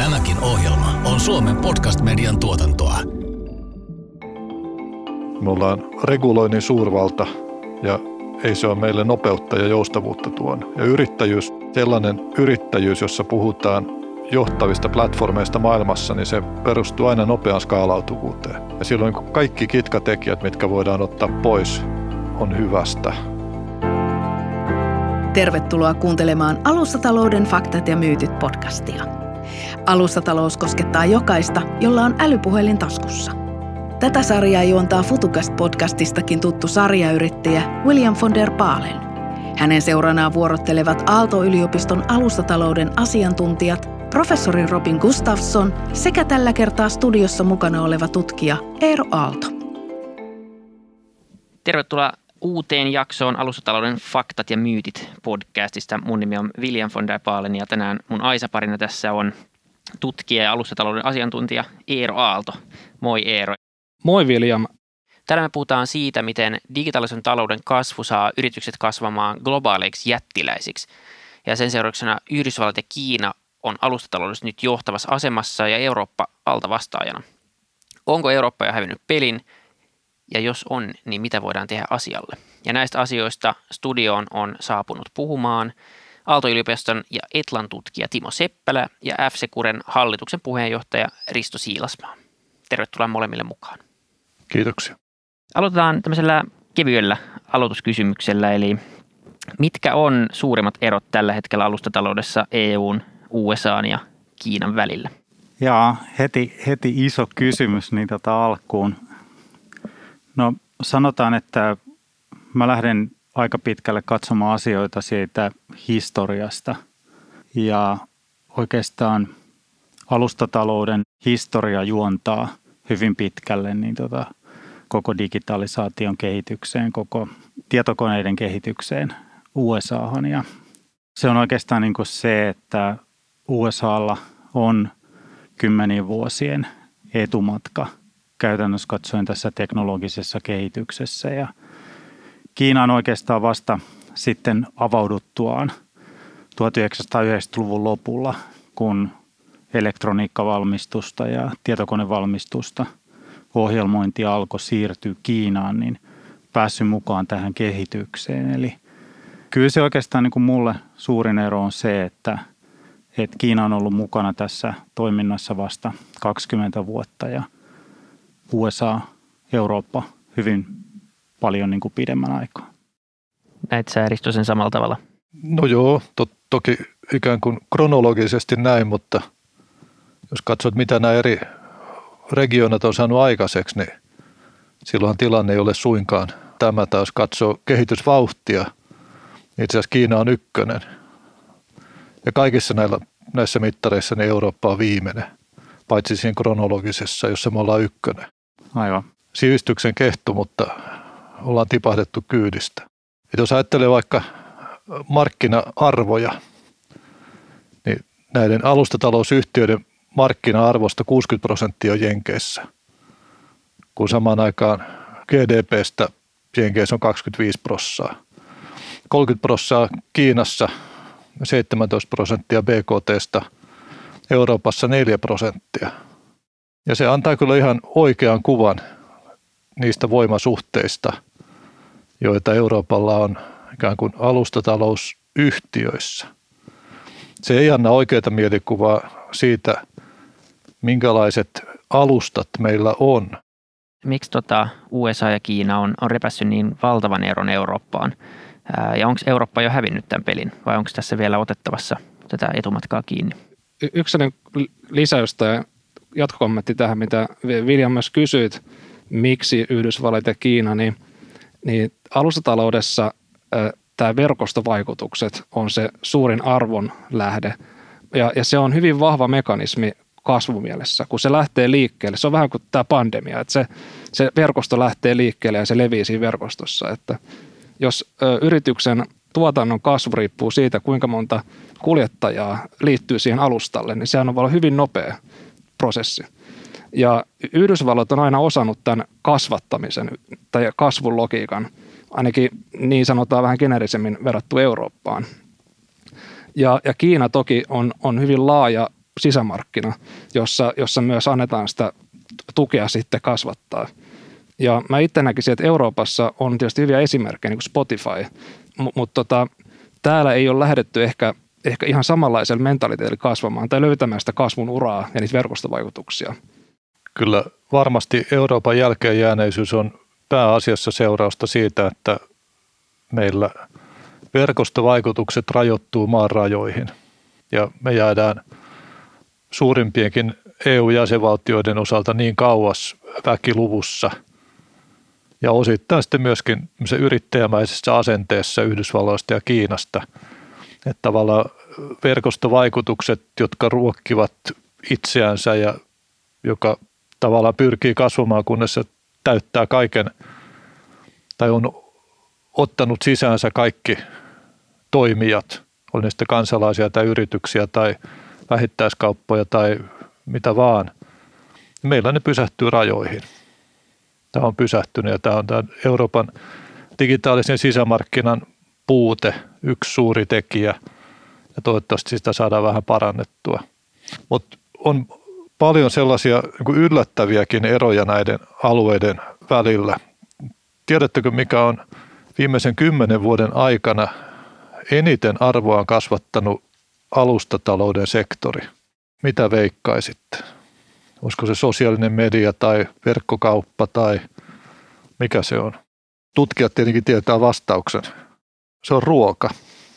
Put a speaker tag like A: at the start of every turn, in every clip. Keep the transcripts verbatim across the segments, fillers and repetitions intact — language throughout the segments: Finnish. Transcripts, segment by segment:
A: Tämäkin ohjelma on Suomen podcast-median tuotantoa.
B: Me ollaan reguloinnin suurvalta ja ei se ole meille nopeutta ja joustavuutta tuonut. Ja yrittäjyys, sellainen yrittäjyys, jossa puhutaan johtavista platformeista maailmassa, niin se perustuu aina nopeaan skaalautuvuuteen. Ja silloin kaikki kitkatekijät, mitkä voidaan ottaa pois, on hyvästä.
C: Tervetuloa kuuntelemaan Alustatalouden faktat ja myytit -podcastia. Alustatalous koskettaa jokaista, jolla on älypuhelin taskussa. Tätä sarjaa juontaa FutuCast-podcastistakin tuttu sarjayrittäjä William von der Baalen. Hänen seuranaan vuorottelevat Aalto-yliopiston alustatalouden asiantuntijat, professori Robin Gustafsson sekä tällä kertaa studiossa mukana oleva tutkija Eero Aalto.
D: Tervetuloa uuteen jaksoon Alustatalouden faktat ja myytit -podcastista. Mun nimi on William von der Baalen ja tänään mun aisaparina tässä on tutkija ja alustatalouden asiantuntija Eero Aalto. Moi Eero.
E: Moi William.
D: Tänään me puhutaan siitä, miten digitaalisen talouden kasvu saa yritykset kasvamaan globaaleiksi jättiläisiksi. Ja sen seurauksena Yhdysvallat ja Kiina on alustataloudessa nyt johtavassa asemassa ja Eurooppa altavastaajana. Onko Eurooppa jo hävinnyt pelin? Ja jos on, niin mitä voidaan tehdä asialle? Ja näistä asioista studioon on saapunut puhumaan Aalto-yliopiston ja Etlan tutkija Timo Seppälä ja F-Securen hallituksen puheenjohtaja Risto Siilasmaa. Tervetuloa molemmille mukaan.
B: Kiitoksia.
D: Aloitetaan tämmöisellä kevyellä aloituskysymyksellä, eli mitkä on suurimmat erot tällä hetkellä alustataloudessa E U:n, U S A:n ja Kiinan välillä?
E: Jaa, heti, heti iso kysymys niin tota alkuun. No sanotaan, että mä lähden aika pitkälle katsomaan asioita siitä historiasta ja oikeastaan alustatalouden historia juontaa hyvin pitkälle niin tota, koko digitalisaation kehitykseen, koko tietokoneiden kehitykseen U S A:han. Ja se on oikeastaan niin kuin se, että U S A:lla on kymmenien vuosien etumatka käytännössä katsoen tässä teknologisessa kehityksessä. Ja Kiina on oikeastaan vasta sitten avauduttuaan tuhatyhdeksänsataayhdeksänkymmentäluvun lopulla, kun elektroniikkavalmistusta ja tietokonevalmistusta ohjelmointi alkoi siirtyä Kiinaan, niin päässyt mukaan tähän kehitykseen. Eli kyllä se oikeastaan niin kuin mulle suurin ero on se, että, että Kiina on ollut mukana tässä toiminnassa vasta kaksikymmentä vuotta ja U S A, Eurooppa hyvin paljon niin kuin pidemmän aikaa.
D: Näet sä Risto sen samalla tavalla?
B: No joo, to, toki ikään kuin kronologisesti näin, mutta jos katsot, mitä nämä eri regionat on saanut aikaiseksi, niin silloin tilanne ei ole suinkaan tämä. Tai jos katsoo kehitysvauhtia, niin itse asiassa Kiina on ykkönen. Ja kaikissa näillä, näissä mittareissa niin Eurooppa on viimeinen, paitsi siinä kronologisessa, jossa me ollaan ykkönen.
E: Aivan.
B: Sivistyksen kehto, mutta ollaan tipahdettu kyydistä. Et jos ajattelee vaikka markkina-arvoja, niin näiden alustatalousyhtiöiden markkina-arvosta kuusikymmentä prosenttia on Jenkeissä, kun samaan aikaan G D P:stä Jenkeissä on kaksikymmentäviisi prosenttia. kolmekymmentä prosenttia Kiinassa, seitsemäntoista prosenttia B K T:stä, Euroopassa neljä prosenttia. Ja se antaa kyllä ihan oikean kuvan niistä voimasuhteista, joita Euroopalla on ikään kuin alustatalousyhtiöissä. Se ei anna oikeaa mielikuvaa siitä, minkälaiset alustat meillä on.
D: Miksi tota U S A ja Kiina on, on repässyt niin valtavan eron Eurooppaan? Ää, ja onko Eurooppa jo hävinnyt tämän pelin vai onko tässä vielä otettavassa tätä etumatkaa kiinni?
E: Y- yksi lisäys tai jatkokommentti tähän, mitä William myös kysyit, miksi Yhdysvallat ja Kiina, niin, niin alustataloudessa äh, tämä verkostovaikutukset on se suurin arvon lähde. Ja, ja se on hyvin vahva mekanismi kasvumielessä, kun se lähtee liikkeelle. Se on vähän kuin tämä pandemia, että se, se verkosto lähtee liikkeelle ja se levii siinä verkostossa. Että jos ö, yrityksen tuotannon kasvu riippuu siitä, kuinka monta kuljettajaa liittyy siihen alustalle, niin sehän on vaan hyvin nopea prosessi. Ja Yhdysvallat on aina osannut tämän kasvattamisen tai kasvun logiikan, ainakin niin sanotaan vähän geneerisemmin verrattu Eurooppaan. Ja, ja Kiina toki on, on hyvin laaja
F: sisämarkkina, jossa, jossa myös annetaan sitä tukea sitten kasvattaa. Ja mä itse näkisin, että Euroopassa on tietysti hyviä esimerkkejä, niin kuin Spotify, M- mutta tota, täällä ei ole lähdetty ehkä, ehkä ihan samanlaisella mentaliteetillä kasvamaan tai löytämään sitä kasvun uraa ja niitä verkostovaikutuksia.
B: Kyllä varmasti Euroopan jälkeenjääneisyys on pääasiassa seurausta siitä, että meillä verkostovaikutukset rajoittuu maan rajoihin ja me jäädään suurimpienkin E U-jäsenvaltioiden osalta niin kauas väkiluvussa ja osittain sitten myöskin se yrittäjämäisessä asenteessa Yhdysvalloista ja Kiinasta, että tavallaan verkostovaikutukset, jotka ruokkivat itseänsä ja joka tavallaan pyrkii kasvamaan, kunnes se täyttää kaiken tai on ottanut sisäänsä kaikki toimijat, oli ne sitten kansalaisia tai yrityksiä tai vähittäiskauppoja tai mitä vaan. Meillä ne pysähtyy rajoihin. Tämä on pysähtynyt ja tämä on tämä Euroopan digitaalisen sisämarkkinan puute, yksi suuri tekijä ja toivottavasti sitä saadaan vähän parannettua. Mutta on paljon sellaisia niin yllättäviäkin eroja näiden alueiden välillä. Tiedättekö, mikä on viimeisen kymmenen vuoden aikana eniten arvoa kasvattanut alustatalouden sektori? Mitä veikkaisitte? Olisiko se sosiaalinen media tai verkkokauppa tai mikä se on? Tutkijat tietenkin tietää vastauksen. Se on ruoka.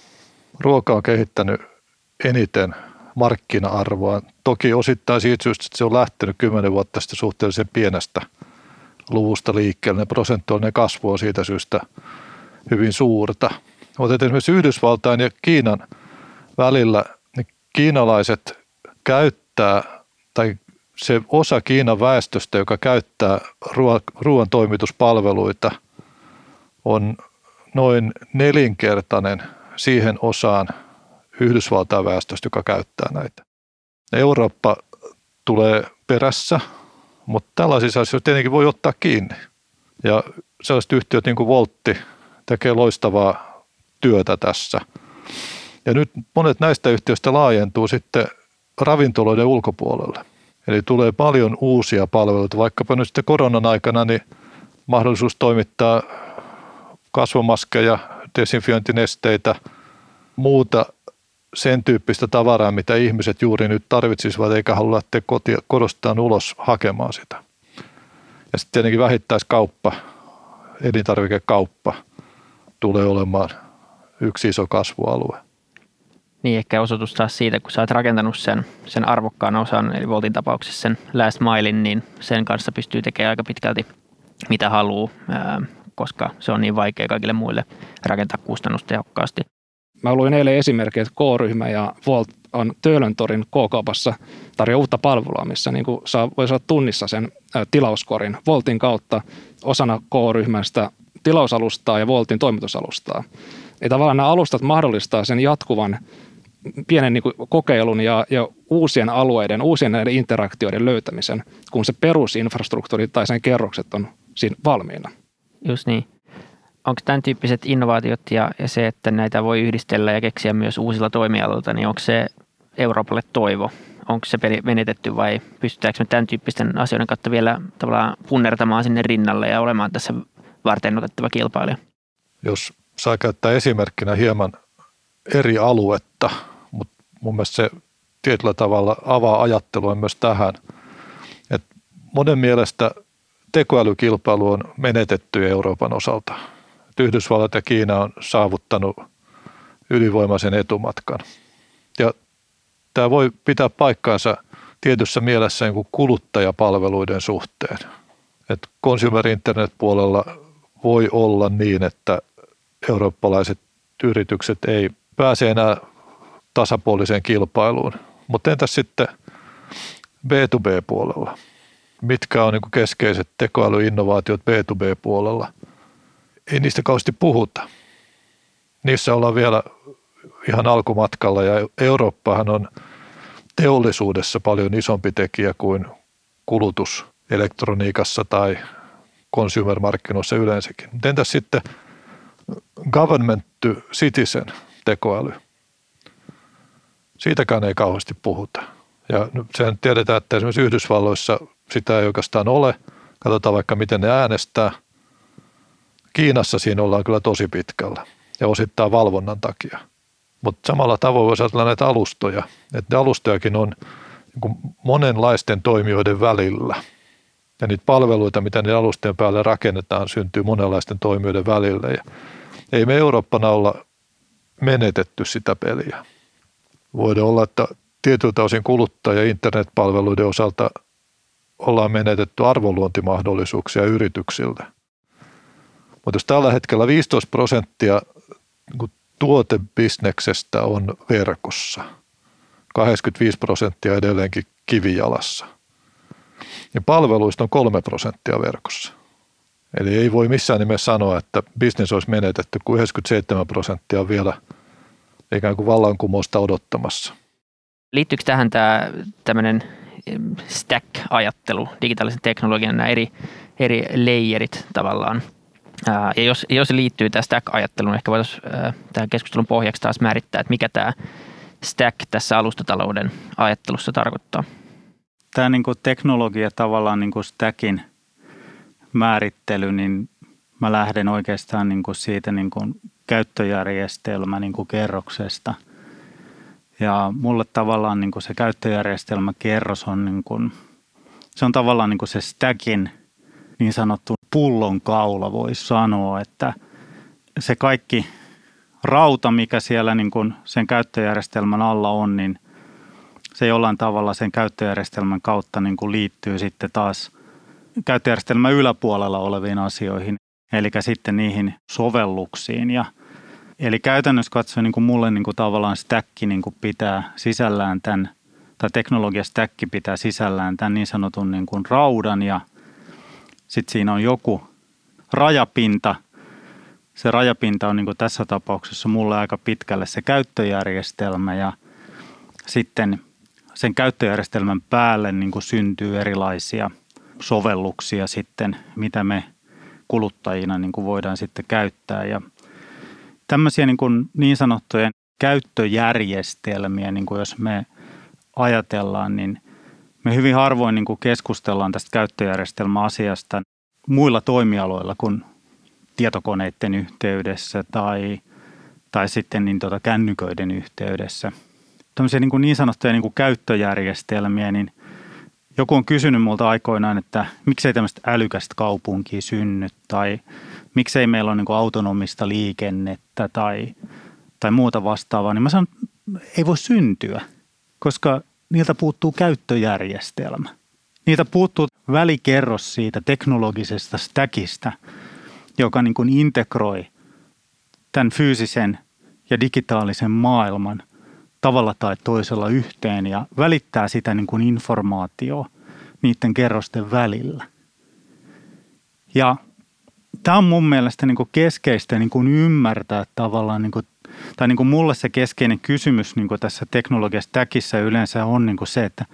B: Ruoka on kehittänyt eniten markkina-arvoa. Toki osittain siitä syystä, että se on lähtenyt kymmenen vuotta sitten suhteellisen pienestä luvusta liikkeelle. Prosentuaalinen kasvu on siitä syystä hyvin suurta. Mutta esimerkiksi Yhdysvaltain ja Kiinan välillä niin kiinalaiset käyttää, tai se osa Kiinan väestöstä, joka käyttää ruoan toimituspalveluita, on noin nelinkertainen siihen osaan Yhdysvaltain väestöstä, joka käyttää näitä. Eurooppa tulee perässä, mutta tällaisissa asioissa tietenkin voi ottaa kiinni. Ja sellaiset yhtiöt niin kuin Woltti tekee loistavaa työtä tässä. Ja nyt monet näistä yhtiöistä laajentuu sitten ravintoloiden ulkopuolelle. Eli tulee paljon uusia palveluita, vaikkapa nyt sitten koronan aikana niin mahdollisuus toimittaa kasvomaskeja, desinfiointinesteitä, muuta sen tyyppistä tavaraa, mitä ihmiset juuri nyt tarvitsisivat, eikä halua lähteä kotia, kodostaan ulos hakemaan sitä. Ja sitten tietenkin vähittäiskauppa, elintarvikekauppa tulee olemaan yksi iso kasvualue.
D: Niin, ehkä osoitus taas siitä, kun sä oot rakentanut sen, sen arvokkaan osan, eli Woltin tapauksessa sen last milein, niin sen kanssa pystyy tekemään aika pitkälti mitä haluaa, koska se on niin vaikea kaikille muille rakentaa kustannustehokkaasti.
F: Mä luin eilen esimerkkiä, että K-ryhmä ja Wolt on Töölöntorin K-kaupassa tarjoaa uutta palvelua, missä niin kuin saa, voi saada tunnissa sen ä, tilauskorin Woltin kautta osana K-ryhmästä tilausalustaa ja Woltin toimitusalustaa. Ja tavallaan nämä alustat mahdollistaa sen jatkuvan pienen niin kuin kokeilun ja, ja uusien alueiden, uusien näiden interaktioiden löytämisen, kun se perusinfrastruktuuri tai sen kerrokset on siinä valmiina.
D: Just niin. Onko tämän tyyppiset innovaatiot ja, ja se, että näitä voi yhdistellä ja keksiä myös uusilla toimialoilta, niin onko se Euroopalle toivo? Onko se menetetty vai pystytäänkö me tämän tyyppisten asioiden kautta vielä tavallaan punnertamaan sinne rinnalle ja olemaan tässä varten otettava kilpailija?
B: Jos saa käyttää esimerkkinä hieman eri aluetta, mutta mun mielestä se tietyllä tavalla avaa ajattelua myös tähän, että monen mielestä tekoälykilpailu on menetetty Euroopan osalta. Yhdysvallat ja Kiina on saavuttanut ylivoimaisen etumatkan. Ja tämä voi pitää paikkaansa tietyssä mielessä niin kuin kuluttajapalveluiden suhteen. Et consumer internet puolella voi olla niin, että eurooppalaiset yritykset ei pääse enää tasapuoliseen kilpailuun. Mutta entäs sitten B to B puolella? Mitkä on niin kuin keskeiset tekoälyinnovaatiot B to B puolella? Ei niistä kauheasti puhuta. Niissä ollaan vielä ihan alkumatkalla ja Eurooppahan on teollisuudessa paljon isompi tekijä kuin kulutus elektroniikassa tai consumer-markkinoissa yleensäkin. Mutta entäs sitten government to citizen tekoäly? Siitäkään ei kauheasti puhuta. Ja sehän tiedetään, että esimerkiksi Yhdysvalloissa sitä ei oikeastaan ole. Katsotaan vaikka, miten ne äänestää. Kiinassa siinä ollaan kyllä tosi pitkällä ja osittain valvonnan takia. Mutta samalla tavoin voisi ajatella näitä alustoja. Että ne alustojakin on niin monenlaisten toimijoiden välillä. Ja niitä palveluita, mitä ne alustojen päälle rakennetaan, syntyy monenlaisten toimijoiden välillä. Ja ei me Eurooppana olla menetetty sitä peliä. Voidaan olla, että tietyltä osin kuluttaja- ja internetpalveluiden osalta ollaan menetetty arvonluontimahdollisuuksia yrityksille. Mutta jos tällä hetkellä viisitoista prosenttia tuotebisneksestä on verkossa, kahdeksankymmentäviisi prosenttia edelleenkin kivijalassa, niin palveluista on kolme prosenttia verkossa. Eli ei voi missään nimessä sanoa, että bisnes olisi menetetty, kun yhdeksänkymmentäseitsemän prosenttia on vielä ikään kuin vallankumousta odottamassa.
D: Liittyykö tähän tämä tämmöinen stack-ajattelu, digitaalisen teknologian nämä eri, eri layerit tavallaan? Ää, ja jos, jos se liittyy tähän stack-ajatteluun, ehkä voitaisiin tähän keskustelun pohjaksi taas määrittää, että mikä tämä stack tässä alustatalouden ajattelussa tarkoittaa.
E: Tämä niin kuin teknologia tavallaan niin kuin stackin määrittely, niin mä lähden oikeastaan niin kuin siitä niin kuin käyttöjärjestelmä niin kuin kerroksesta. Ja mulle tavallaan niin kuin se käyttöjärjestelmäkerros on, niin kuin, se on tavallaan niin kuin se stackin niin sanottu pullonkaula, voisi sanoa, että se kaikki rauta, mikä siellä niin kuin sen käyttöjärjestelmän alla on, niin se jollain tavalla sen käyttöjärjestelmän kautta niin kuin liittyy sitten taas käyttöjärjestelmän yläpuolella oleviin asioihin, eli sitten niihin sovelluksiin. Ja, eli käytännössä katsoen niin kuin mulle niin kuin tavallaan stacki niin kuin pitää sisällään tämän, tai teknologia stacki pitää sisällään tämän niin sanotun niin kuin raudan, ja sitten siinä on joku rajapinta. Se rajapinta on niin kuin tässä tapauksessa mulle aika pitkälle se käyttöjärjestelmä, ja sitten sen käyttöjärjestelmän päälle niin kuin syntyy erilaisia sovelluksia sitten, mitä me kuluttajina niin kuin voidaan sitten käyttää. Ja tämmöisiä niin, kuin niin sanottuja käyttöjärjestelmiä, niin kuin jos me ajatellaan, niin me hyvin harvoin niin kuin keskustellaan tästä käyttöjärjestelmäasiasta muilla toimialoilla kuin tietokoneiden yhteydessä tai, tai sitten niin tuota kännyköiden yhteydessä. Tämmöisiä niin, kuin niin sanottuja niin kuin käyttöjärjestelmiä, niin joku on kysynyt multa aikoinaan, että miksei tämmöistä älykästä kaupunkia synny tai miksei meillä ole niin kuin autonomista liikennettä tai, tai muuta vastaavaa, niin mä sanon, että ei voi syntyä, koska niiltä puuttuu käyttöjärjestelmä. Niiltä puuttuu välikerros siitä teknologisesta stackista, joka niin kuin integroi tämän fyysisen ja digitaalisen maailman tavalla tai toisella yhteen ja välittää sitä niin kuin informaatiota niiden kerrosten välillä. Ja tämä on mun mielestä niin kuin keskeistä niin kuin ymmärtää tavallaan, niin kuin, tai niin kuin mulle se keskeinen kysymys niin kuin tässä teknologiastäkissä yleensä on niin kuin se, että,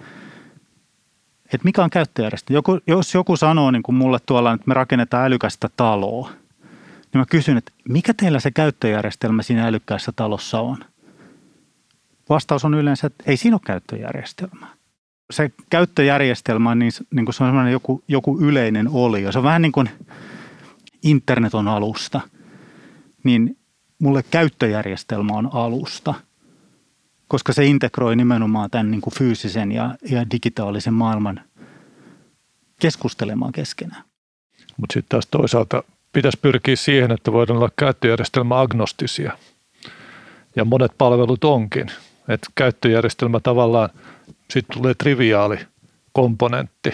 E: että mikä on käyttöjärjestelmä. Joku, jos joku sanoo niin kuin mulle tuolla, että me rakennetaan älykästä taloa, niin mä kysyn, että mikä teillä se käyttöjärjestelmä siinä älykkäässä talossa on? Vastaus on yleensä, että ei siinä ole käyttöjärjestelmää. Se käyttöjärjestelmä on niin, niin kuin se on sellainen joku, joku yleinen olio. Se on vähän niin kuin internet on alusta, niin mulle käyttöjärjestelmä on alusta, koska se integroi nimenomaan tämän niin kuin fyysisen ja, ja digitaalisen maailman keskustelemaan keskenään.
B: Mutta sitten taas toisaalta pitäisi pyrkiä siihen, että voidaan olla käyttöjärjestelmäagnostisia. Ja monet palvelut onkin. Että käyttöjärjestelmä tavallaan sitten tulee triviaali komponentti.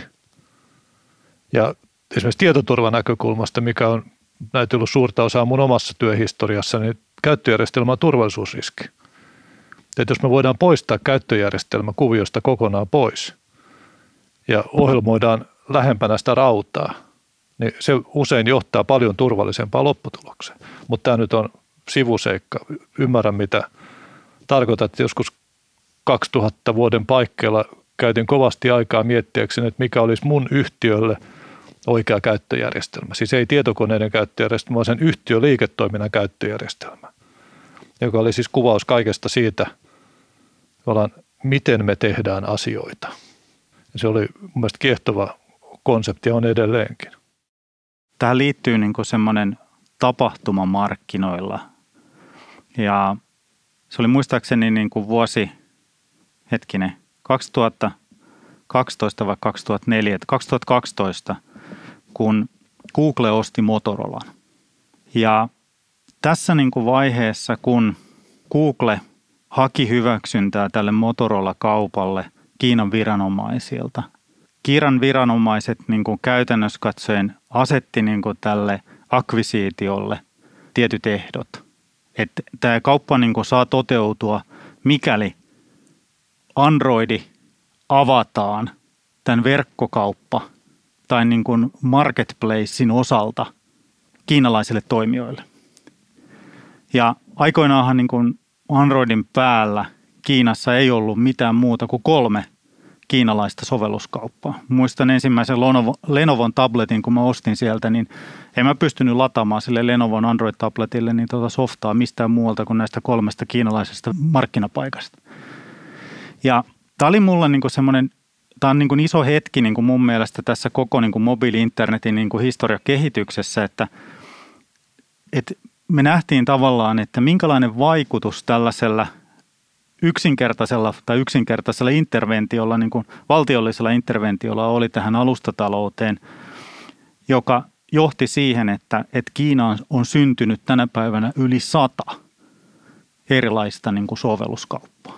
B: Ja esimerkiksi tietoturvan näkökulmasta, mikä on näytellyt suurta osaa mun omassa työhistoriassa, niin käyttöjärjestelmä on turvallisuusriski. Että jos me voidaan poistaa käyttöjärjestelmä kuviosta kokonaan pois ja ohjelmoidaan lähempänä sitä rautaa, niin se usein johtaa paljon turvallisempaan lopputulokseen. Mutta tämä nyt on sivuseikka. Ymmärrän, mitä tarkoitat. Joskus kaksituhatta vuoden paikkeilla käytin kovasti aikaa miettiäkseni, että mikä olisi mun yhtiölle oikea käyttöjärjestelmä. Siis ei tietokoneiden käyttöjärjestelmä, vaan sen yhtiön liiketoiminnan käyttöjärjestelmä, joka oli siis kuvaus kaikesta siitä, miten me tehdään asioita. Ja se oli mun mielestä kiehtova konsepti on edelleenkin.
E: Tähän liittyy niin kuin semmoinen tapahtuma markkinoilla. Ja se oli muistaakseni niin kuin vuosi, hetkinen, kaksituhattakaksitoista vai kaksituhattaneljätoista, kaksituhattakaksitoista, kun Google osti Motorolan. Ja tässä niin kuin vaiheessa, kun Google haki hyväksyntää tälle Motorola-kaupalle Kiinan viranomaisilta, Kiinan viranomaiset niin kuin käytännössä katsoen asetti niin kuin tälle akvisiitiolle tietyt ehdot. Että tämä kauppa niin kuin saa toteutua, mikäli Androidi avataan tämän verkkokauppa tai niin kuin marketplacein osalta kiinalaisille toimijoille. Ja aikoinaanhan niin kuin Androidin päällä Kiinassa ei ollut mitään muuta kuin kolme kiinalaista sovelluskauppaa. Muistan ensimmäisen Lenovon tabletin, kun mä ostin sieltä, niin en mä pystynyt lataamaan sille Lenovon Android-tabletille niin tuota softaa mistään muualta kuin näistä kolmesta kiinalaisesta markkinapaikasta. Ja tämä oli mulle niin kuin semmoinen, tämä on niin kuin iso hetki niin kuin mun mielestä tässä koko niin kuin mobiili-internetin niin kuin historiakehityksessä, että, että me nähtiin tavallaan, että minkälainen vaikutus tällaisella yksinkertaisella tai yksinkertaisella interventiolla, niin kuin valtiollisella interventiolla oli tähän alustatalouteen, joka johti siihen, että, että Kiinaan on syntynyt tänä päivänä yli sata erilaista niin kuin sovelluskauppaa.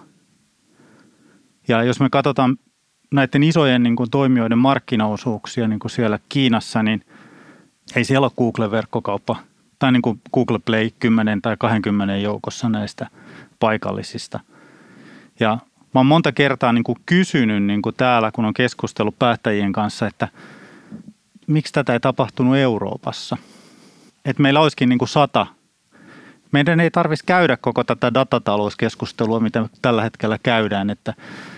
E: Ja jos me katsotaan näiden isojen niin kuin toimijoiden markkinaosuuksia niin kuin siellä Kiinassa, niin ei siellä ole Google-verkkokauppa tai niin kuin Google Play kymmenen tai kaksikymmentä joukossa näistä paikallisista. Ja mä oon monta kertaa niin kuin kysynyt niin kuin täällä, kun on keskustellut päättäjien kanssa, että miksi tätä ei tapahtunut Euroopassa. Että meillä olisikin niin kuin sata. Meidän ei tarvitsisi käydä koko tätä datatalouskeskustelua, mitä tällä hetkellä käydään, että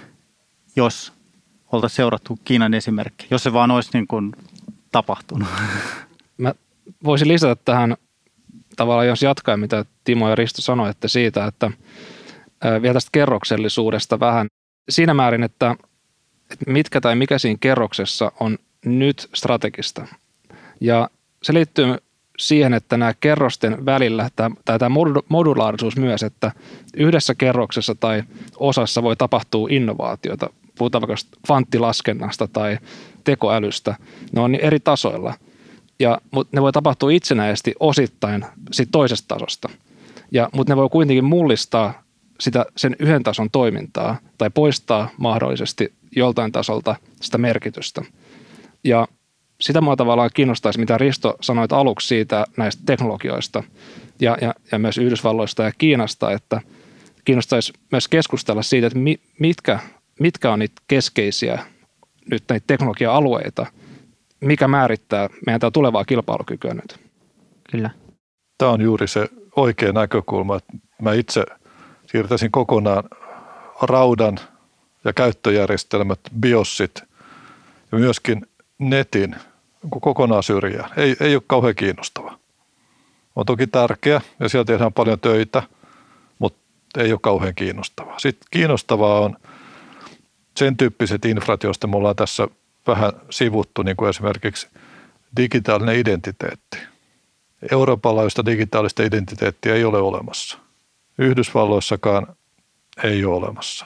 E: jos oltaisiin seurattu Kiinan esimerkki, jos se vaan olisi niin kuin tapahtunut.
F: Mä voisin lisätä tähän tavallaan, jos jatkaa, mitä Timo ja Risto sanoi, että siitä, että vielä tästä kerroksellisuudesta vähän siinä määrin, että mitkä tai mikä siinä kerroksessa on nyt strategista. Ja se liittyy siihen, että nämä kerrosten välillä, tai tämä modulaarisuus myös, että yhdessä kerroksessa tai osassa voi tapahtua innovaatiota. Puhutaan vaikka kvanttilaskennasta tai tekoälystä. Ne on eri tasoilla, ja, mutta ne voi tapahtua itsenäisesti osittain siitä toisesta tasosta. Ja, mutta ne voi kuitenkin mullistaa sitä, sen yhden tason toimintaa tai poistaa mahdollisesti joltain tasolta sitä merkitystä. Ja sitä mua tavallaan kiinnostaisi, mitä Risto sanoit aluksi siitä näistä teknologioista ja, ja, ja myös Yhdysvalloista ja Kiinasta, että kiinnostaisi myös keskustella siitä, että mi, mitkä, mitkä on niitä keskeisiä nyt näitä teknologia-alueita, mikä määrittää meidän tämä tulevaa kilpailukykyä nyt.
D: Kyllä.
B: Tämä on juuri se oikea näkökulma, että mä itse siirtäisin kokonaan raudan ja käyttöjärjestelmät, BIOSit ja myöskin netin kokonaan syrjään. Ei, ei ole kauhean kiinnostava. On toki tärkeä ja siellä tehdään paljon töitä, mutta ei ole kauhean kiinnostavaa. Sitten kiinnostavaa on sen tyyppiset infrat, joista me ollaan tässä vähän sivuttu, niin kuin esimerkiksi digitaalinen identiteetti. Euroopalla, josta digitaalista identiteettiä ei ole olemassa. Yhdysvalloissakaan ei ole olemassa.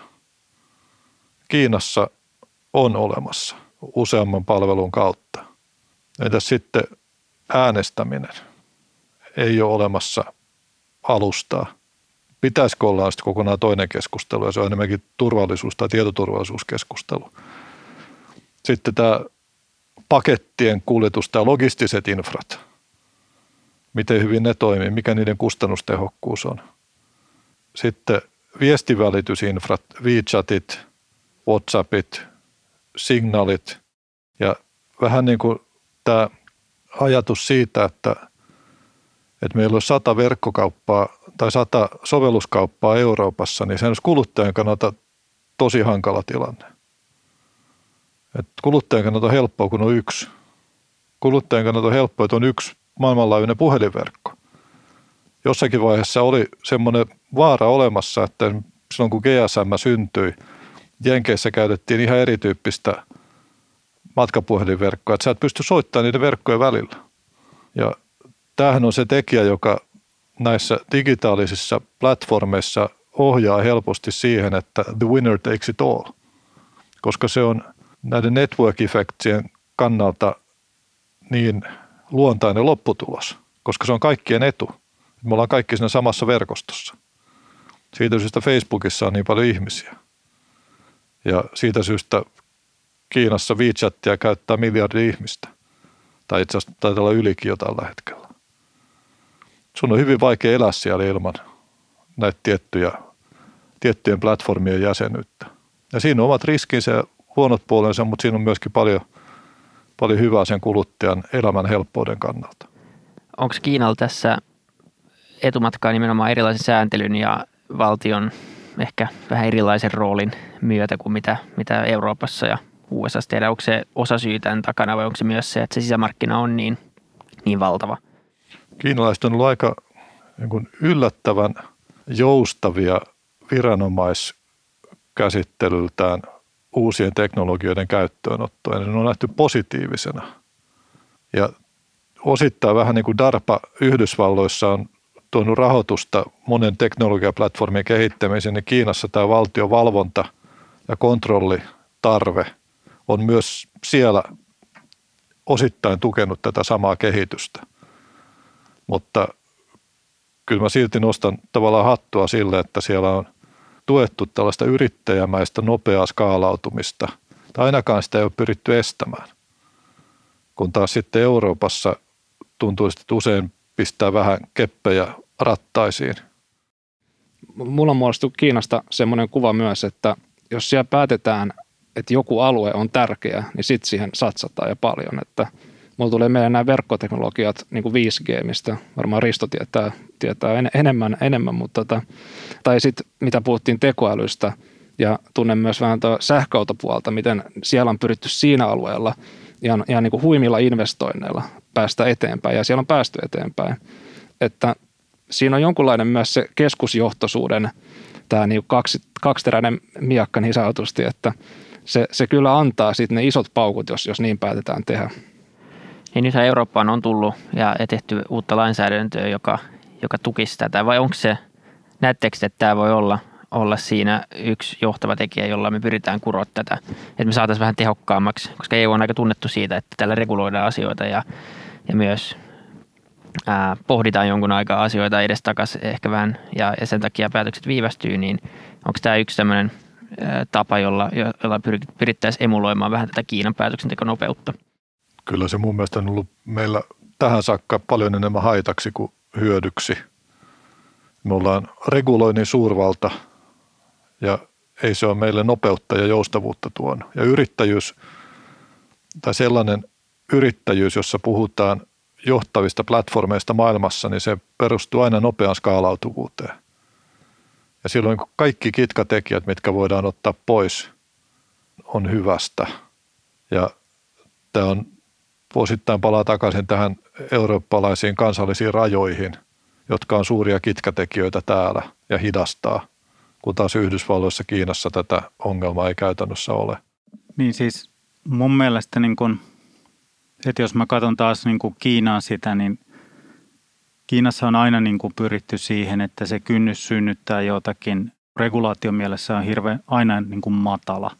B: Kiinassa on olemassa useamman palvelun kautta. Entäs sitten äänestäminen? Ei ole olemassa alustaa. Pitäisikö olla sitten kokonaan toinen keskustelu, ja se on enemmänkin turvallisuus- tai tietoturvallisuuskeskustelu. Sitten tämä pakettien kuljetus, tämä logistiset infrat. Miten hyvin ne toimii, mikä niiden kustannustehokkuus on. Sitten viestivälitysinfrat, WeChatit, WhatsAppit, Signalit ja vähän niin kuin tämä ajatus siitä, että, että meillä on sata verkkokauppaa tai sata sovelluskauppaa Euroopassa, niin se on kuluttajan kannalta tosi hankala tilanne. Et kuluttajan kannalta on helppoa, kun on yksi. Kuluttajan kannalta on helppoa, että on yksi maailmanlaajuinen puhelinverkko. Jossakin vaiheessa oli semmoinen vaara olemassa, että silloin kun G S M syntyi, Jenkeissä käytettiin ihan erityyppistä matkapuhelinverkkoa, että sä et pysty soittamaan niiden verkkojen välillä. Ja tämähän on se tekijä, joka näissä digitaalisissa platformeissa ohjaa helposti siihen, että the winner takes it all, koska se on näiden network effectsien kannalta niin luontainen lopputulos, koska se on kaikkien etu. Me ollaan kaikki siinä samassa verkostossa. Siitä syystä Facebookissa on niin paljon ihmisiä. Ja siitä syystä Kiinassa WeChatia käyttää miljardi ihmistä. Tai itse asiassa taitaa olla ylikin jo tällä hetkellä. Sun on hyvin vaikea elää siellä ilman näitä tiettyjä, tiettyjen platformien jäsenyyttä. Ja siinä on omat riskinsä ja huonot puolensa, mutta siinä on myöskin paljon, paljon hyvää sen kuluttajan elämän helppouden kannalta.
D: Onko Kiinalla tässä etumatkaa nimenomaan erilaisen sääntelyn ja valtion ehkä vähän erilaisen roolin myötä kuin mitä, mitä Euroopassa ja U S A:ssa tehdään? Onko se osa syy tämän takana vai onko se myös se, että se sisämarkkina on niin, niin valtava?
B: Kiinalaiset on ollut aika niin kuin yllättävän joustavia viranomaiskäsittelyltään uusien teknologioiden käyttöönottoon. Ne on nähty positiivisena. Ja osittain vähän niin kuin DARPA Yhdysvalloissa on tuonut rahoitusta monen teknologiaplatformien kehittämiseen, niin Kiinassa tämä valtiovalvonta ja kontrollitarve on myös siellä osittain tukenut tätä samaa kehitystä. Mutta kyllä mä silti nostan tavallaan hattua sille, että siellä on tuettu tällaista yrittäjämäistä nopeaa skaalautumista. Tai ainakaan sitä ei ole pyritty estämään. Kun taas sitten Euroopassa tuntuu, että usein pistää vähän keppejä rattaisiin.
F: Mulla on muodostunut Kiinasta semmoinen kuva myös, että jos siellä päätetään, että joku alue on tärkeä, niin sitten siihen satsataan ja paljon. Että mulla tulee meidän nämä verkkoteknologiat, niin kuin viisi G, mistä varmaan Risto tietää, tietää en, enemmän, enemmän, mutta tota, tai sitten mitä puhuttiin tekoälystä ja tunnen myös vähän tuo sähköautopuolta, miten siellä on pyritty siinä alueella ihan, ihan niin kuin huimilla investoinneilla päästä eteenpäin ja siellä on päästy eteenpäin. Että siinä on jonkunlainen myös se keskusjohtoisuuden tämä niin kaksi, kaksiteräinen miakka niin sanotusti, että se, se kyllä antaa sitten ne isot paukut, jos, jos niin päätetään tehdä.
D: Ja nythän Eurooppaan on tullut ja tehty uutta lainsäädäntöä, joka, joka tukisi tätä, vai onko se, näettekö, että tämä voi olla, olla siinä yksi johtava tekijä, jolla me pyritään kuroa tätä, että me saataisiin vähän tehokkaammaksi, koska E U on aika tunnettu siitä, että tällä reguloidaan asioita ja, ja myös ää, pohditaan jonkun aikaa asioita edestakaisin ehkä vähän ja, ja sen takia päätökset viivästyy, niin onko tämä yksi tämmöinen ää, tapa, jolla, jolla pyrittäisiin emuloimaan vähän tätä Kiinan päätöksentekonopeutta?
B: Kyllä se mun mielestä on ollut meillä tähän saakka paljon enemmän haitaksi kuin hyödyksi. Me ollaan reguloinnin suurvalta ja ei se ole meille nopeutta ja joustavuutta tuonut. Ja yrittäjyys tai sellainen yrittäjyys, jossa puhutaan johtavista platformeista maailmassa, niin se perustuu aina nopeaan skaalautuvuuteen. Ja silloin kaikki kitkatekijät, mitkä voidaan ottaa pois, on hyvästä. Ja tämä on vuosittain palaa takaisin tähän eurooppalaisiin kansallisiin rajoihin, jotka on suuria kitkatekijöitä täällä ja hidastaa, kun taas Yhdysvalloissa, Kiinassa tätä ongelmaa ei käytännössä ole.
E: Niin siis mun mielestä, niin kun, että jos mä katson taas niin kun Kiinaa sitä, niin Kiinassa on aina niin kun pyritty siihen, että se kynnys synnyttää jotakin. Regulaation mielessä on hirveän aina niin kun matala.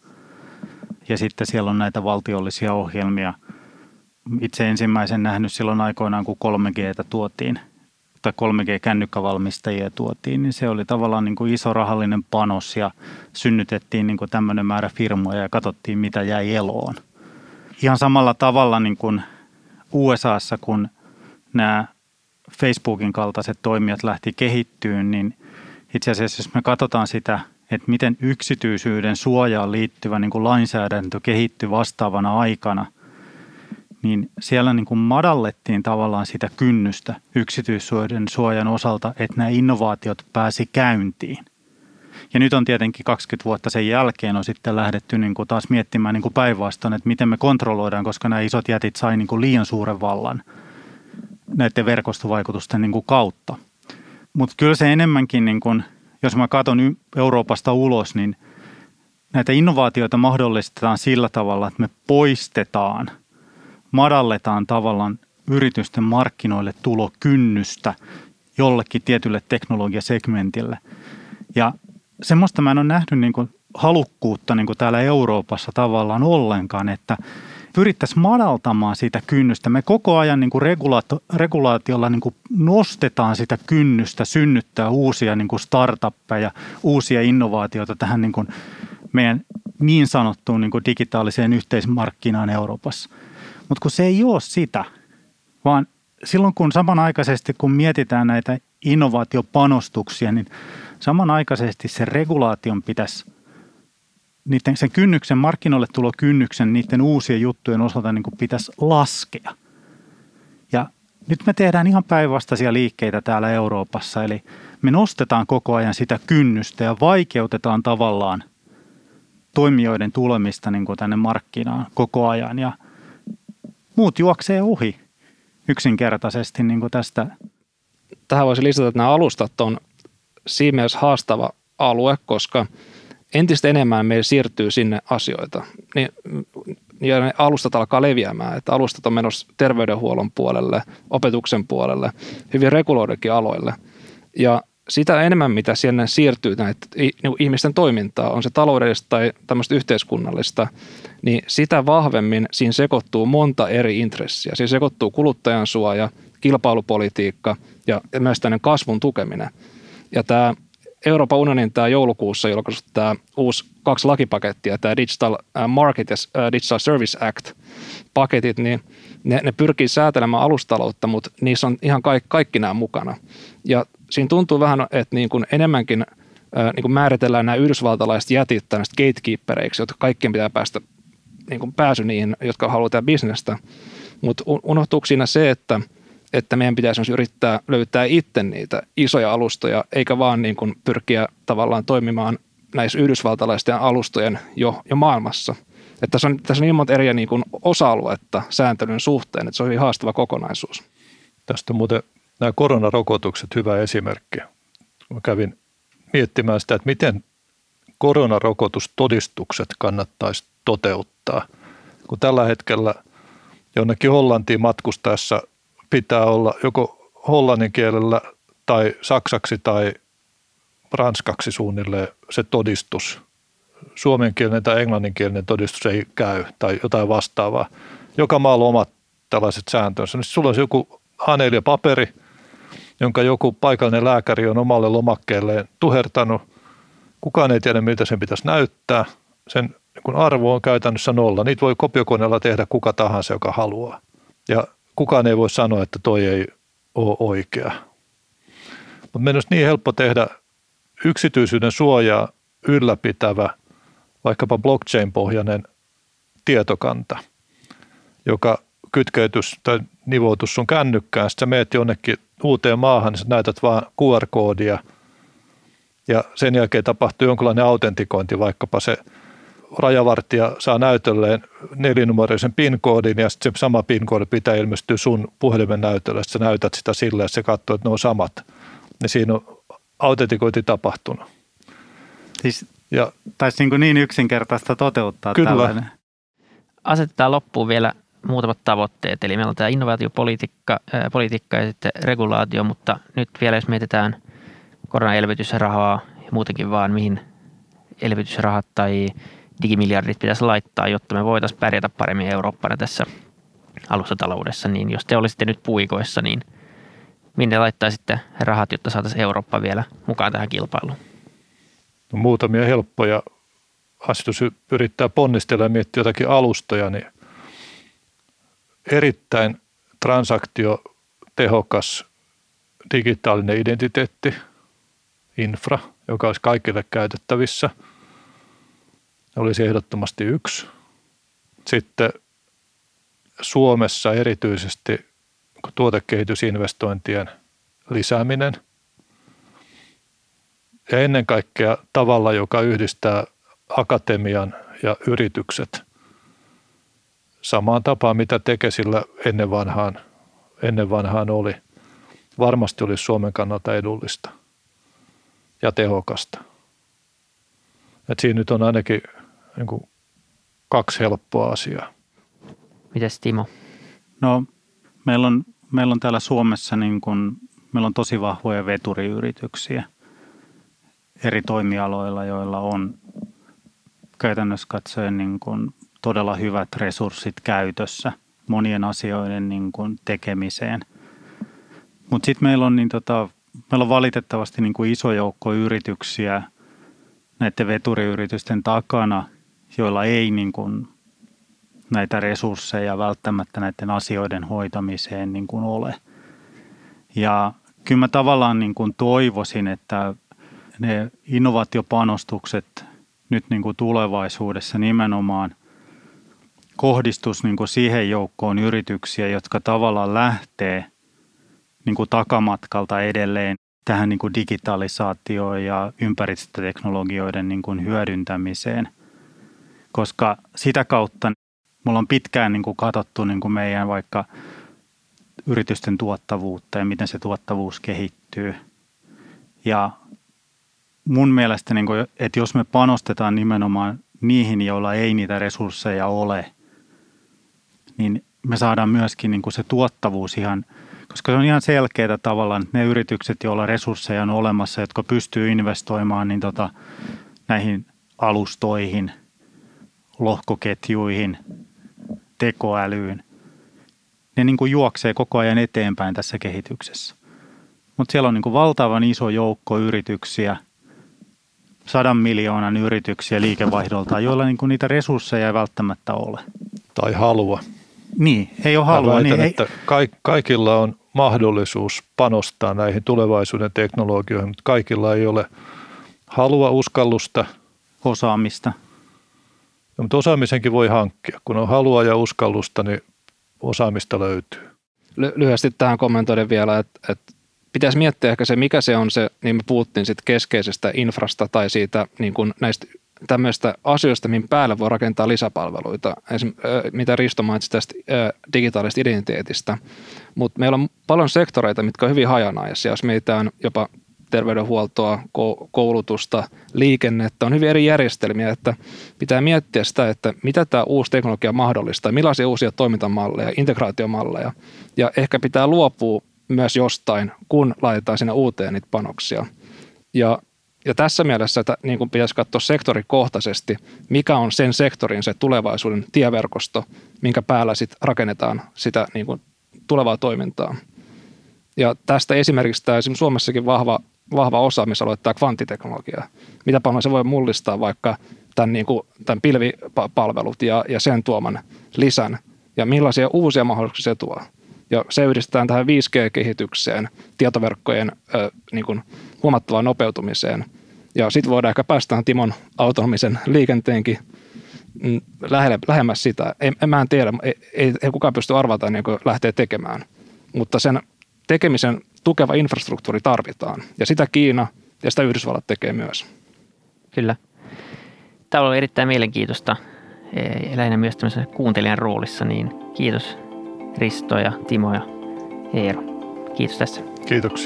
E: Ja sitten siellä on näitä valtiollisia ohjelmia. Itse ensimmäisen nähnyt silloin aikoinaan, kun kolme G:tä tuotiin, tai kolme G-kännykkävalmistajia tuotiin, niin se oli tavallaan niin kuin iso rahallinen panos ja synnytettiin niin kuin tämmöinen määrä firmoja ja katsottiin, mitä jäi eloon. Ihan samalla tavalla niin kuin U S A:ssa, kun nämä Facebookin kaltaiset toimijat lähti kehittyyn, niin itse asiassa jos me katsotaan sitä, että miten yksityisyyden suojaan liittyvä niin kuin lainsäädäntö kehittyi vastaavana aikana, niin siellä niin kuin madallettiin tavallaan sitä kynnystä yksityisyyden suojan osalta, että nämä innovaatiot pääsi käyntiin. Ja nyt on tietenkin kaksikymmentä vuotta sen jälkeen on sitten lähdetty niin kuin taas miettimään niin kuin päinvastoin, että miten me kontrolloidaan, koska nämä isot jätit sai niin kuin liian suuren vallan näiden verkostovaikutusten niin kuin kautta. Mutta kyllä se enemmänkin, niin kuin, jos mä katson Euroopasta ulos, niin näitä innovaatioita mahdollistetaan sillä tavalla, että me poistetaan, madalletaan tavallaan yritysten markkinoille tulokynnystä jollekin tietylle teknologiasegmentille. Ja semmoista mä en ole nähnyt niin kuin halukkuutta niin kuin täällä Euroopassa tavallaan ollenkaan, että pyrittäisiin madaltamaan sitä kynnystä. Me koko ajan niin kuin regulaatio, regulaatiolla niin kuin nostetaan sitä kynnystä, synnyttää uusia niin kuin startuppeja, uusia innovaatioita tähän niin kuin meidän niin sanottuun niin kuin digitaaliseen yhteismarkkinaan Euroopassa. Mutta kun se ei ole sitä, vaan silloin kun samanaikaisesti kun mietitään näitä innovaatiopanostuksia, niin samanaikaisesti se regulaation pitäisi, niiden, sen kynnyksen, markkinoille tulo kynnyksen niiden uusien juttujen osalta niin kuin pitäisi laskea. Ja nyt me tehdään ihan päinvastaisia liikkeitä täällä Euroopassa, eli me nostetaan koko ajan sitä kynnystä ja vaikeutetaan tavallaan toimijoiden tulemista niin kuin tänne markkinaan koko ajan ja muut juoksee ohi yksinkertaisesti niin kuin tästä.
F: Tähän voisi lisätä, että nämä alustat on siinä mielessä haastava alue, koska entistä enemmän meillä siirtyy sinne asioita. Niin, ja ne alustat alkaa leviämään, että alustat on menossa terveydenhuollon puolelle, opetuksen puolelle, hyvin reguloidenkin aloille. Ja sitä enemmän, mitä sinne siirtyy näitä ihmisten toimintaa, on se taloudellista tai tämmöistä yhteiskunnallista, niin sitä vahvemmin siinä sekoittuu monta eri intressiä. Siinä sekoittuu kuluttajan suoja, kilpailupolitiikka ja myös tämmöinen kasvun tukeminen. Ja tämä Euroopan unionin tämä joulukuussa julkaistu tämä uusi kaksi lakipakettia, tämä Digital Market ja Digital Service Act paketit, niin ne, ne pyrkii säätelemään alustaloutta, mutta niissä on ihan kaikki, kaikki nämä mukana. Ja siinä tuntuu vähän, että niin kuin enemmänkin niin kuin määritellään nämä yhdysvaltalaiset jätit tämmöistä gatekeepereiksi, jotka kaikkien pitää päästä niin kuin pääsy niihin, jotka haluaa tehdä bisnestä. Mutta unohtuuko siinä se, että, että meidän pitäisi myös yrittää löytää itse niitä isoja alustoja, eikä vaan niin kuin pyrkiä tavallaan toimimaan näissä yhdysvaltalaisten alustojen jo, jo maailmassa. Että tässä on, tässä on niin monta eri niin kuin osa-aluetta sääntelyn suhteen, että se on hyvin haastava kokonaisuus.
B: Tästä muuten nämä koronarokotukset hyvä esimerkki. Mä kävin miettimään sitä, että miten koronarokotustodistukset kannattaisi toteuttaa. Kun tällä hetkellä jonnekin Hollantiin matkustaessa pitää olla joko hollannin kielellä tai saksaksi tai ranskaksi suunnilleen se todistus. Suomenkielinen tai englanninkielinen todistus ei käy tai jotain vastaavaa. Joka maalla on omat tällaiset sääntönsä. Nyt sulla on joku A neljä paperi, jonka joku paikallinen lääkäri on omalle lomakkeelleen tuhertanut. Kukaan ei tiedä, miltä sen pitäisi näyttää. Sen kun arvo on käytännössä nolla. Niitä voi kopiokoneella tehdä kuka tahansa, joka haluaa. Ja kukaan ei voi sanoa, että toi ei ole oikea. Mutta meidän olisi niin helppo tehdä yksityisyyden suojaa ylläpitävä, vaikkapa blockchain-pohjainen tietokanta, joka kytkeytys tai nivoutus sun kännykkään. Sitten sä meet jonnekin uuteen maahan, niin sä näytät vaan Q R-koodia ja sen jälkeen tapahtuu jonkinlainen autentikointi, vaikkapa se rajavartija saa näytölleen nelinumeroisen PIN-koodin ja sitten se sama PIN-koodi pitää ilmestyä sun puhelimen näytölle. Sitten sä näytät sitä silleen, että se katsoo, että ne on samat. Niin siinä on autentikointi tapahtunut.
E: Siis ja, taisi niin, niin yksinkertaista toteuttaa
B: kyllä.
E: Tällainen.
D: Asetetaan loppuun vielä muutamat tavoitteet. Eli meillä on tämä innovaatiopolitiikka ää, politiikka ja sitten regulaatio, mutta nyt vielä jos mietitään koronaelvytysrahaa ja muutenkin vaan mihin elvytysrahat tai digimiljardit pitäisi laittaa, jotta me voitaisiin pärjätä paremmin Eurooppana tässä alustataloudessa, niin jos te olisitte nyt puikoissa, niin minne laittaisitte rahat, jotta saataisiin Eurooppa vielä mukaan tähän kilpailuun?
B: No, muutamia helppoja asioita, jos yrittää ponnistella ja miettiä jotakin alustoja, niin erittäin transaktiotehokas digitaalinen identiteetti, infra, joka olisi kaikille käytettävissä, olisi ehdottomasti yksi. Sitten Suomessa erityisesti tuotekehitysinvestointien lisääminen ja ennen kaikkea tavalla, joka yhdistää akatemian ja yritykset samaan tapaan, mitä Tekesillä ennen vanhaan, ennen vanhaan oli. Varmasti olisi Suomen kannalta edullista ja tehokasta. Et siinä nyt on ainakin niin kuin kaksi helppoa asiaa.
D: Mites Timo?
E: No meillä on, meillä on täällä Suomessa niin kuin, meillä on tosi vahvoja veturiyrityksiä eri toimialoilla, joilla on käytännössä katsoen niin kuin todella hyvät resurssit käytössä monien asioiden niin kuin tekemiseen. Mutta sitten meillä on, niin tota, meillä on valitettavasti niin kuin iso joukko yrityksiä näiden veturiyritysten takana, joilla ei niin kuin näitä resursseja välttämättä näiden asioiden hoitamiseen niin kuin ole. Ja kyllä mä tavallaan niin kuin toivoisin, että ne innovaatiopanostukset nyt niin kuin tulevaisuudessa nimenomaan kohdistus niin kuin siihen joukkoon yrityksiä, jotka tavallaan lähtee niin kuin takamatkalta edelleen tähän niin kuin digitalisaatioon ja ympäristöteknologioiden niin kuin hyödyntämiseen, koska sitä kautta me ollaan pitkään niin kuin katsottu niin kuin meidän vaikka yritysten tuottavuutta ja miten se tuottavuus kehittyy. Ja mun mielestä, niin kuin, että jos me panostetaan nimenomaan niihin, joilla ei niitä resursseja ole, niin me saadaan myöskin niin kuin se tuottavuus ihan, koska se on ihan selkeää tavallaan, että ne yritykset, joilla resursseja on olemassa, jotka pystyy investoimaan niin tota, näihin alustoihin, lohkoketjuihin, tekoälyyn, ne niin kuin juoksee koko ajan eteenpäin tässä kehityksessä. Mutta siellä on niin kuin valtavan iso joukko yrityksiä, sadan miljoonan yrityksiä liikevaihdoltaan, joilla niin kuin niitä resursseja ei välttämättä ole.
B: Tai halua.
E: Niin, ei ole halua.
B: Väitän,
E: niin,
B: että ei... kaikilla on mahdollisuus panostaa näihin tulevaisuuden teknologioihin, mutta kaikilla ei ole halua, uskallusta.
E: Osaamista.
B: Ja, mutta osaamisenkin voi hankkia. Kun on halua ja uskallusta, niin osaamista löytyy.
F: Ly- lyhyesti tähän kommentoiden vielä, että, että pitäisi miettiä ehkä se, mikä se on se, niin me puhuttiin sitten keskeisestä infrasta tai siitä niin kuin näistä tämmöistä asioista, mihin päälle voi rakentaa lisäpalveluita. Esimerkiksi, mitä Risto mainitsi tästä digitaalisesta identiteetistä. Mutta meillä on paljon sektoreita, mitkä on hyvin hajanaisia. Jos mietitään jopa terveydenhuoltoa, koulutusta, liikennettä, on hyvin eri järjestelmiä, että pitää miettiä sitä, että mitä tämä uusi teknologia mahdollistaa, millaisia uusia toimintamalleja, integraatiomalleja, ja ehkä pitää luopua myös jostain, kun laitetaan sinne uuteen niitä panoksia. Ja, ja tässä mielessä, että niin kuin pitäisi katsoa sektorikohtaisesti, mikä on sen sektorin se tulevaisuuden tieverkosto, minkä päällä sitten rakennetaan sitä niin kuin tulevaa toimintaa. Ja tästä esimerkiksi tämä esimerkiksi Suomessakin vahva, vahva osaamisalue, tämä kvanttiteknologia. Mitä paljon se voi mullistaa vaikka tämän, niin kuin, tämän pilvipalvelut ja, ja sen tuoman lisän, ja millaisia uusia mahdollisuuksia se tuo. Ja se yhdistetään tähän viisi G-kehitykseen, tietoverkkojen ö, niin kuin huomattavaan nopeutumiseen. Ja sitten voidaan ehkä päästä Timon autonomisen liikenteenkin mm, lähelle, lähemmäs sitä. En, en mä en tiedä, ei, ei, ei kukaan pysty arvata ennen kuin lähtee tekemään. Mutta sen tekemisen tukeva infrastruktuuri tarvitaan. Ja sitä Kiina ja sitä Yhdysvallat tekee myös.
D: Kyllä. Tämä oli erittäin mielenkiintoista, lähinnä myös tämmöisen kuuntelijan roolissa, niin kiitos Risto ja Timo ja Eero. Kiitos tässä.
B: Kiitoksia.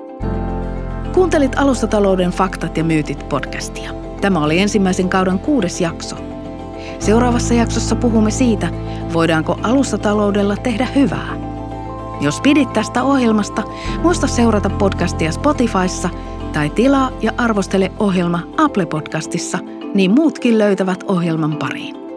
C: Kuuntelit Alustatalouden faktat ja myytit podcastia. Tämä oli ensimmäisen kauden kuudes jakso. Seuraavassa jaksossa puhumme siitä, voidaanko alustataloudella tehdä hyvää. Jos pidit tästä ohjelmasta, muista seurata podcastia Spotifyssa tai tilaa ja arvostele ohjelma Apple Podcastissa, niin muutkin löytävät ohjelman pariin.